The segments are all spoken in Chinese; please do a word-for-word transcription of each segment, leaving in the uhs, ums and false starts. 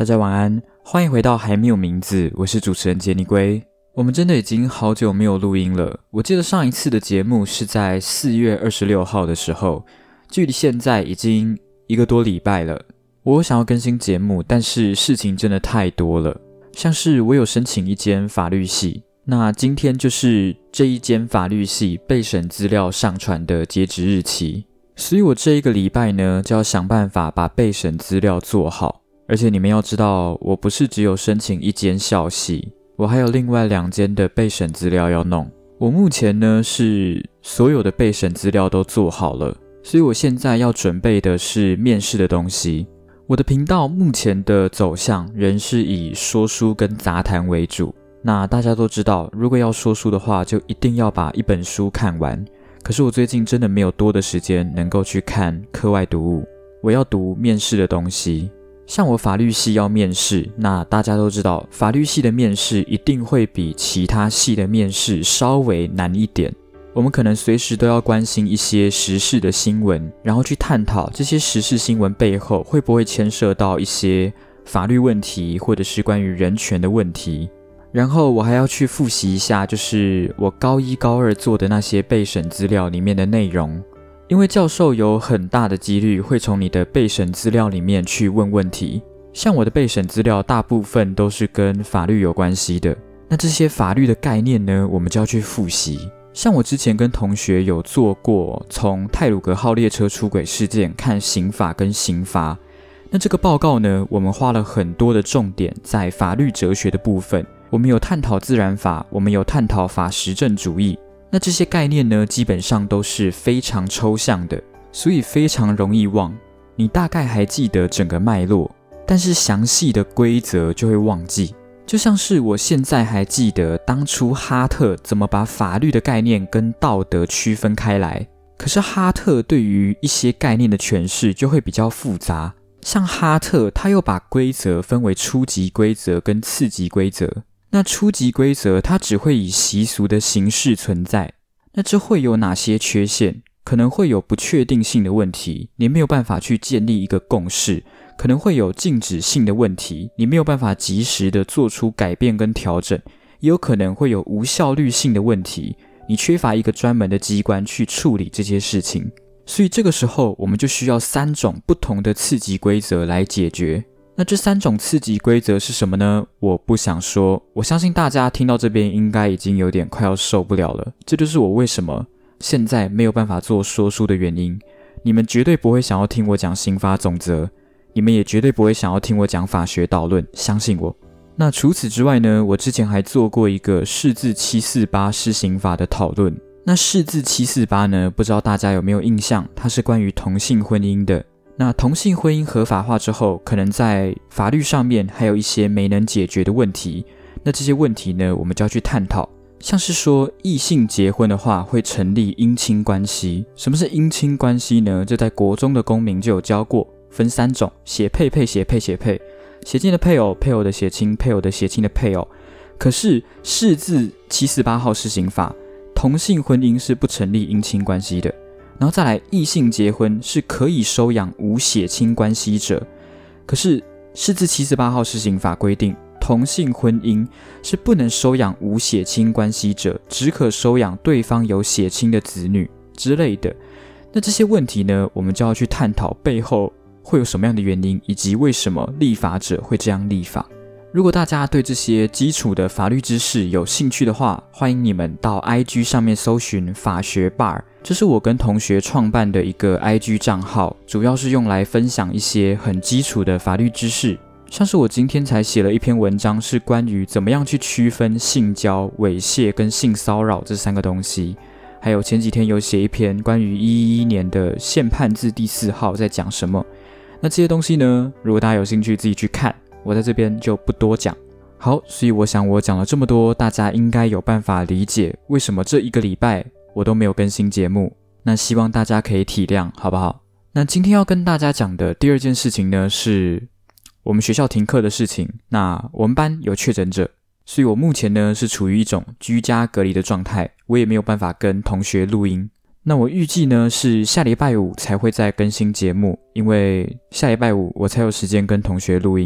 大家晚安，欢迎回到还没有名字，我是主持人杰尼龟。我们真的已经好久没有录音了，我记得上一次的节目是在四月二十六号的时候，距离现在已经一个多礼拜了。我想要更新节目，但是事情真的太多了，像是我有申请一间法律系，那今天就是这一间法律系备审资料上传的截止日期，所以我这一个礼拜呢就要想办法把备审资料做好。而且你们要知道，我不是只有申请一间校系，我还有另外两间的备审资料要弄。我目前呢是所有的备审资料都做好了，所以我现在要准备的是面试的东西。我的频道目前的走向仍是以说书跟杂谈为主。那大家都知道，如果要说书的话，就一定要把一本书看完。可是我最近真的没有多的时间能够去看课外读物，我要读面试的东西。像我法律系要面试，那大家都知道，法律系的面试一定会比其他系的面试稍微难一点。我们可能随时都要关心一些时事的新闻，然后去探讨这些时事新闻背后会不会牵涉到一些法律问题，或者是关于人权的问题。然后我还要去复习一下，就是我高一高二做的那些备审资料里面的内容。因为教授有很大的几率会从你的备审资料里面去问问题，像我的备审资料大部分都是跟法律有关系的，那这些法律的概念呢，我们就要去复习。像我之前跟同学有做过从太鲁阁号列车出轨事件看刑法跟刑罚，那这个报告呢，我们花了很多的重点在法律哲学的部分，我们有探讨自然法，我们有探讨法实证主义。那这些概念呢，基本上都是非常抽象的，所以非常容易忘。你大概还记得整个脉络，但是详细的规则就会忘记。就像是我现在还记得当初哈特怎么把法律的概念跟道德区分开来，可是哈特对于一些概念的诠释就会比较复杂。像哈特他又把规则分为初级规则跟次级规则。那初级规则它只会以习俗的形式存在，那这会有哪些缺陷？可能会有不确定性的问题，你没有办法去建立一个共识，可能会有禁止性的问题，你没有办法及时的做出改变跟调整，也有可能会有无效率性的问题，你缺乏一个专门的机关去处理这些事情。所以这个时候我们就需要三种不同的次级规则来解决。那这三种次级规则是什么呢？我不想说，我相信大家听到这边应该已经有点快要受不了了。这就是我为什么现在没有办法做说书的原因。你们绝对不会想要听我讲刑法总则，你们也绝对不会想要听我讲法学导论，相信我。那除此之外呢，我之前还做过一个释字七四八施行法的讨论。那释字七四八呢，不知道大家有没有印象，它是关于同性婚姻的。那同性婚姻合法化之后，可能在法律上面还有一些没能解决的问题。那这些问题呢，我们就要去探讨。像是说异性结婚的话，会成立姻亲关系。什么是姻亲关系呢？这在国中的公民就有教过，分三种：血配、配血、配血配。血亲的配偶、配偶的血亲、配偶的血亲的配偶。可是释字七四八号施行法，同性婚姻是不成立姻亲关系的。然后再来，异性结婚是可以收养无血亲关系者，可是释字七四八号施行法规定，同性婚姻是不能收养无血亲关系者，只可收养对方有血亲的子女之类的。那这些问题呢，我们就要去探讨背后会有什么样的原因，以及为什么立法者会这样立法。如果大家对这些基础的法律知识有兴趣的话，欢迎你们到 I G 上面搜寻法学 bar， 这是我跟同学创办的一个 I G 账号，主要是用来分享一些很基础的法律知识。像是我今天才写了一篇文章，是关于怎么样去区分性交、猥亵跟性骚扰这三个东西。还有前几天有写一篇关于一一一年的宪判字第四号在讲什么。那这些东西呢，如果大家有兴趣自己去看，我在这边就不多讲。好，所以我想我讲了这么多，大家应该有办法理解为什么这一个礼拜我都没有更新节目。那希望大家可以体谅，好不好？那今天要跟大家讲的第二件事情呢，是我们学校停课的事情。那我们班有确诊者，所以我目前呢是处于一种居家隔离的状态，我也没有办法跟同学录音。那我预计呢是下礼拜五才会再更新节目，因为下礼拜五我才有时间跟同学录音。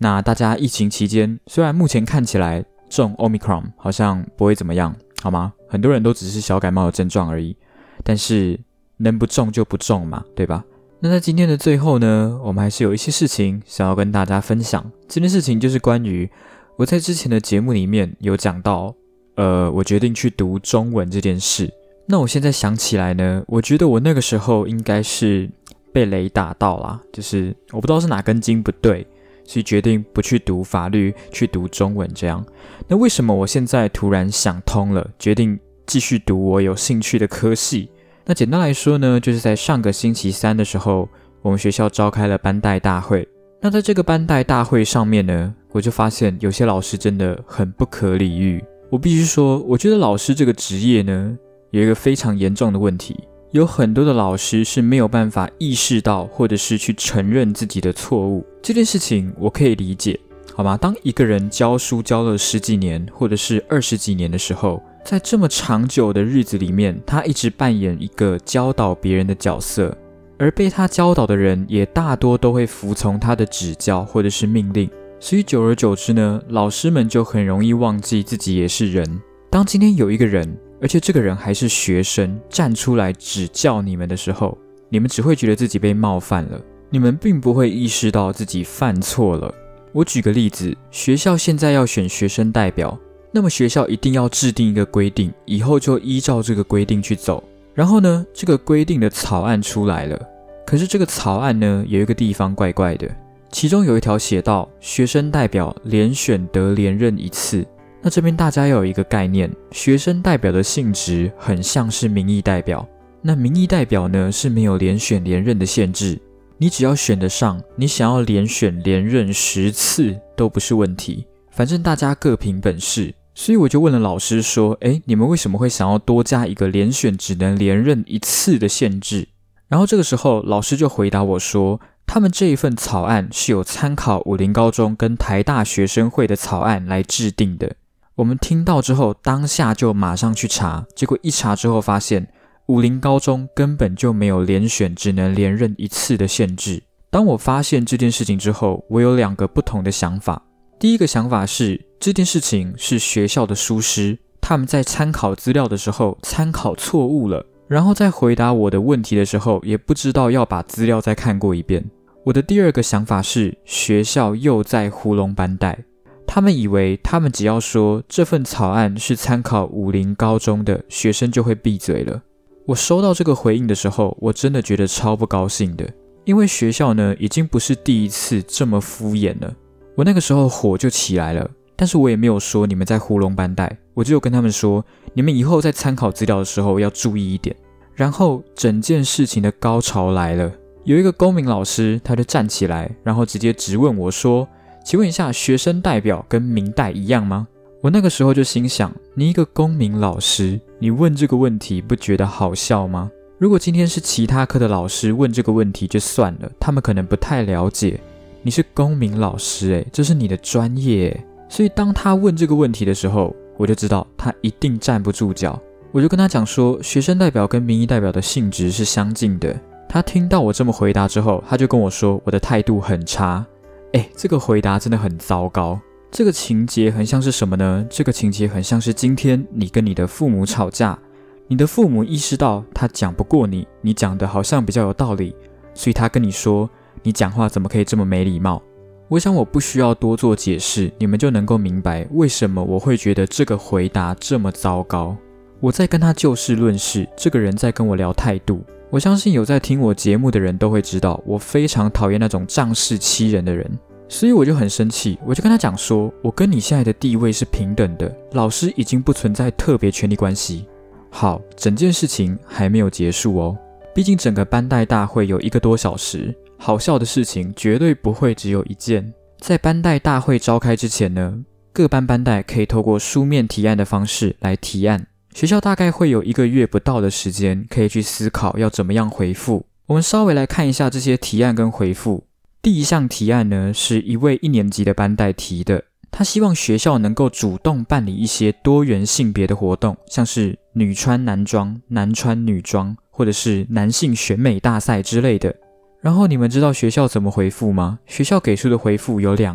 那大家疫情期间，虽然目前看起来中 Omicron 好像不会怎么样，好吗？很多人都只是小感冒的症状而已，但是能不中就不中嘛，对吧？那在今天的最后呢，我们还是有一些事情想要跟大家分享。这件事情就是关于我在之前的节目里面有讲到，呃，我决定去读中文这件事。那我现在想起来呢，我觉得我那个时候应该是被雷打到啦，就是我不知道是哪根筋不对，所以决定不去读法律，去读中文这样。那为什么我现在突然想通了，决定继续读我有兴趣的科系？那简单来说呢，就是在上个星期三的时候，我们学校召开了班代大会。那在这个班代大会上面呢，我就发现有些老师真的很不可理喻。我必须说，我觉得老师这个职业呢，有一个非常严重的问题，有很多的老师是没有办法意识到或者是去承认自己的错误。这件事情我可以理解，好吗？当一个人教书教了十几年或者是二十几年的时候，在这么长久的日子里面，他一直扮演一个教导别人的角色，而被他教导的人也大多都会服从他的指教或者是命令，所以久而久之呢，老师们就很容易忘记自己也是人。当今天有一个人，而且这个人还是学生，站出来指教你们的时候，你们只会觉得自己被冒犯了，你们并不会意识到自己犯错了。我举个例子，学校现在要选学生代表，那么学校一定要制定一个规定，以后就依照这个规定去走。然后呢，这个规定的草案出来了，可是这个草案呢，有一个地方怪怪的，其中有一条写到，学生代表连选得连任一次。那这边大家要有一个概念，学生代表的性质很像是民意代表，那民意代表呢，是没有连选连任的限制，你只要选得上，你想要连选连任十次都不是问题，反正大家各凭本事。所以我就问了老师说，诶，你们为什么会想要多加一个连选只能连任一次的限制？然后这个时候老师就回答我说，他们这一份草案是有参考武陵高中跟台大学生会的草案来制定的。我们听到之后当下就马上去查，结果一查之后发现武陵高中根本就没有连选只能连任一次的限制。当我发现这件事情之后，我有两个不同的想法。第一个想法是，这件事情是学校的疏失，他们在参考资料的时候参考错误了，然后在回答我的问题的时候也不知道要把资料再看过一遍。我的第二个想法是，学校又在糊弄班代，他们以为他们只要说这份草案是参考武陵高中的，学生就会闭嘴了。我收到这个回应的时候，我真的觉得超不高兴的，因为学校呢已经不是第一次这么敷衍了。我那个时候火就起来了，但是我也没有说你们在糊弄班代，我只有跟他们说，你们以后在参考资料的时候要注意一点。然后整件事情的高潮来了，有一个公民老师他就站起来，然后直接质问我说，请问一下，学生代表跟民代一样吗？我那个时候就心想，你一个公民老师，你问这个问题不觉得好笑吗？如果今天是其他科的老师问这个问题就算了，他们可能不太了解，你是公民老师诶，这是你的专业诶。所以当他问这个问题的时候，我就知道他一定站不住脚。我就跟他讲说，学生代表跟民意代表的性质是相近的。他听到我这么回答之后，他就跟我说我的态度很差。诶，这个回答真的很糟糕。这个情节很像是什么呢？这个情节很像是今天你跟你的父母吵架，你的父母意识到他讲不过你，你讲的好像比较有道理，所以他跟你说，你讲话怎么可以这么没礼貌？我想我不需要多做解释，你们就能够明白为什么我会觉得这个回答这么糟糕。我在跟他就事论事，这个人在跟我聊态度。我相信有在听我节目的人都会知道，我非常讨厌那种仗势欺人的人，所以我就很生气，我就跟他讲说，我跟你现在的地位是平等的，老师已经不存在特别权力关系。好，整件事情还没有结束哦，毕竟整个班代大会有一个多小时，好笑的事情绝对不会只有一件。在班代大会召开之前呢，各班班代可以透过书面提案的方式来提案，学校大概会有一个月不到的时间可以去思考要怎么样回复。我们稍微来看一下这些提案跟回复。第一项提案呢，是一位一年级的班代提的，他希望学校能够主动办理一些多元性别的活动，像是女穿男装、男穿女装，或者是男性选美大赛之类的。然后你们知道学校怎么回复吗？学校给出的回复有两个，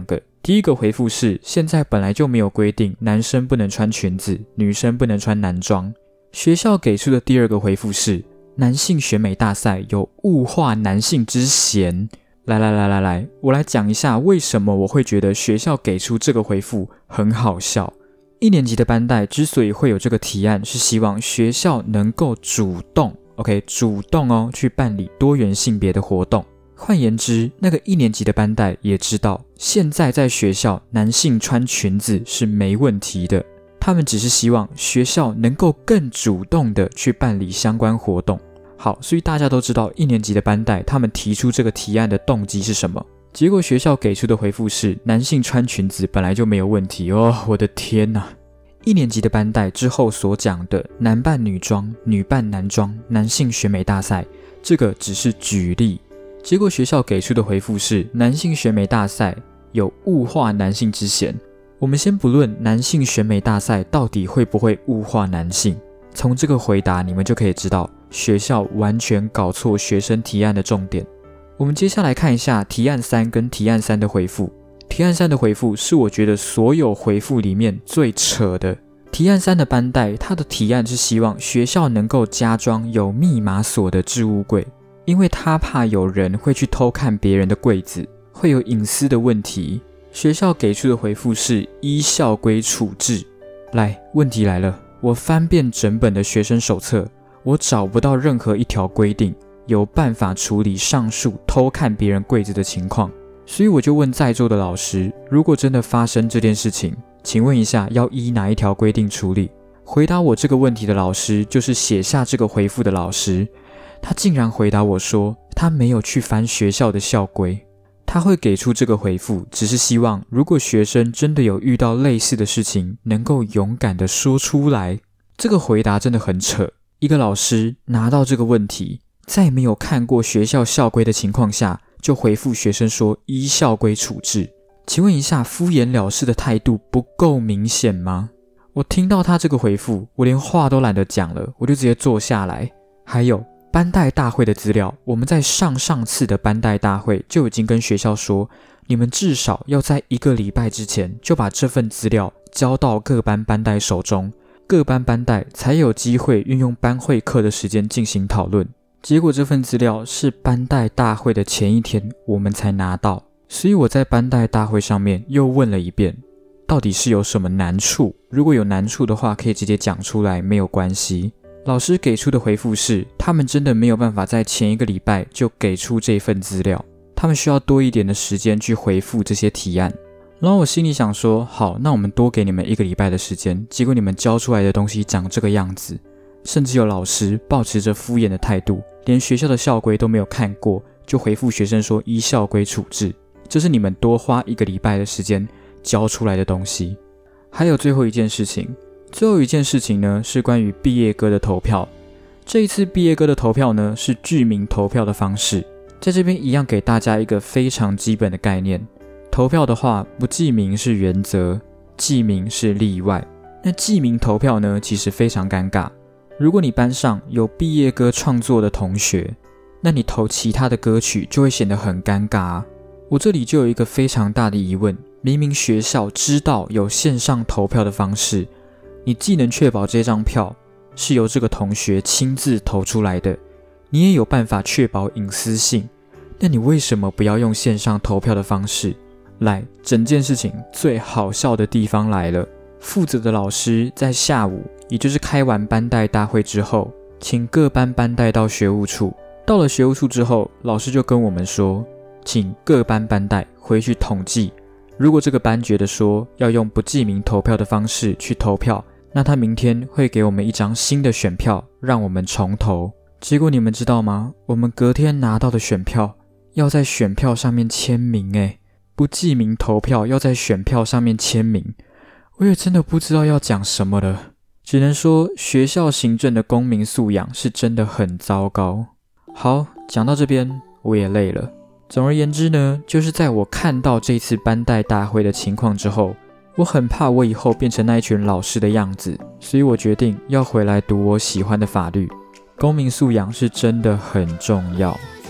第一个回复是，现在本来就没有规定男生不能穿裙子，女生不能穿男装。学校给出的第二个回复是，男性选美大赛有物化男性之嫌。来来来来来，我来讲一下为什么我会觉得学校给出这个回复很好笑。一年级的班代之所以会有这个提案，是希望学校能够主动 OK 主动哦去办理多元性别的活动。换言之，那个一年级的班代也知道现在在学校男性穿裙子是没问题的，他们只是希望学校能够更主动的去办理相关活动。好，所以大家都知道一年级的班代他们提出这个提案的动机是什么。结果学校给出的回复是，男性穿裙子本来就没有问题哦，我的天哪！一年级的班代之后所讲的男扮女装、女扮男装、男性选美大赛，这个只是举例。结果学校给出的回复是，男性选美大赛有物化男性之嫌。我们先不论男性选美大赛到底会不会物化男性，从这个回答你们就可以知道学校完全搞错学生提案的重点。我们接下来看一下提案三跟提案三的回复。提案三的回复是我觉得所有回复里面最扯的。提案三的班代，他的提案是希望学校能够加装有密码锁的置物柜，因为他怕有人会去偷看别人的柜子，会有隐私的问题。学校给出的回复是依校规处置。来，问题来了，我翻遍整本的学生手册，我找不到任何一条规定有办法处理上述偷看别人柜子的情况，所以我就问在座的老师，如果真的发生这件事情，请问一下要依哪一条规定处理？回答我这个问题的老师就是写下这个回复的老师，他竟然回答我说他没有去翻学校的校规。他会给出这个回复，只是希望如果学生真的有遇到类似的事情，能够勇敢地说出来。这个回答真的很扯，一个老师拿到这个问题，在没有看过学校校规的情况下，就回复学生说依校规处置。请问一下，敷衍了事的态度不够明显吗？我听到他这个回复，我连话都懒得讲了，我就直接坐下来。还有班代大会的资料，我们在上上次的班代大会就已经跟学校说，你们至少要在一个礼拜之前就把这份资料交到各班班代手中，各班班代才有机会运用班会课的时间进行讨论。结果这份资料是班代大会的前一天我们才拿到，所以我在班代大会上面又问了一遍，到底是有什么难处？如果有难处的话，可以直接讲出来，没有关系。老师给出的回复是，他们真的没有办法在前一个礼拜就给出这份资料，他们需要多一点的时间去回复这些提案。然后我心里想说，好，那我们多给你们一个礼拜的时间，结果你们交出来的东西长这个样子。甚至有老师抱持着敷衍的态度，连学校的校规都没有看过，就回复学生说依校规处置，这是你们多花一个礼拜的时间交出来的东西。还有最后一件事情，最后一件事情呢，是关于毕业歌的投票。这一次毕业歌的投票呢，是具名投票的方式。在这边一样给大家一个非常基本的概念，投票的话，不记名是原则，记名是例外。那记名投票呢，其实非常尴尬。如果你班上有毕业歌创作的同学，那你投其他的歌曲就会显得很尴尬啊。我这里就有一个非常大的疑问，明明学校知道有线上投票的方式，你既能确保这张票是由这个同学亲自投出来的，你也有办法确保隐私性，那你为什么不要用线上投票的方式？来，整件事情最好笑的地方来了，负责的老师在下午，也就是开完班代大会之后，请各班班代到学务处。到了学务处之后，老师就跟我们说，请各班班代回去统计，如果这个班觉得说要用不记名投票的方式去投票，那他明天会给我们一张新的选票，让我们重投。结果你们知道吗？我们隔天拿到的选票要在选票上面签名诶，不记名投票要在选票上面签名，我也真的不知道要讲什么了。只能说学校行政的公民素养是真的很糟糕。好，讲到这边我也累了。总而言之呢，就是在我看到这次班代大会的情况之后，我很怕我以后变成那一群老师的样子，所以我决定要回来读我喜欢的法律。公民素养是真的很重要。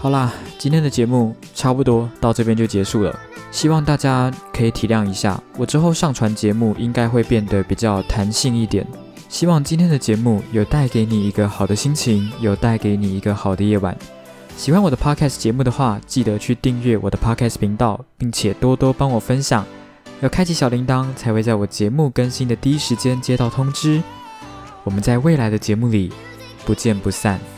好啦，今天的节目差不多到这边就结束了，希望大家可以体谅一下，我之后上传节目应该会变得比较弹性一点。希望今天的节目有带给你一个好的心情，有带给你一个好的夜晚。喜欢我的 podcast 节目的话，记得去订阅我的 podcast 频道，并且多多帮我分享，要开启小铃铛才会在我节目更新的第一时间接到通知。我们在未来的节目里不见不散。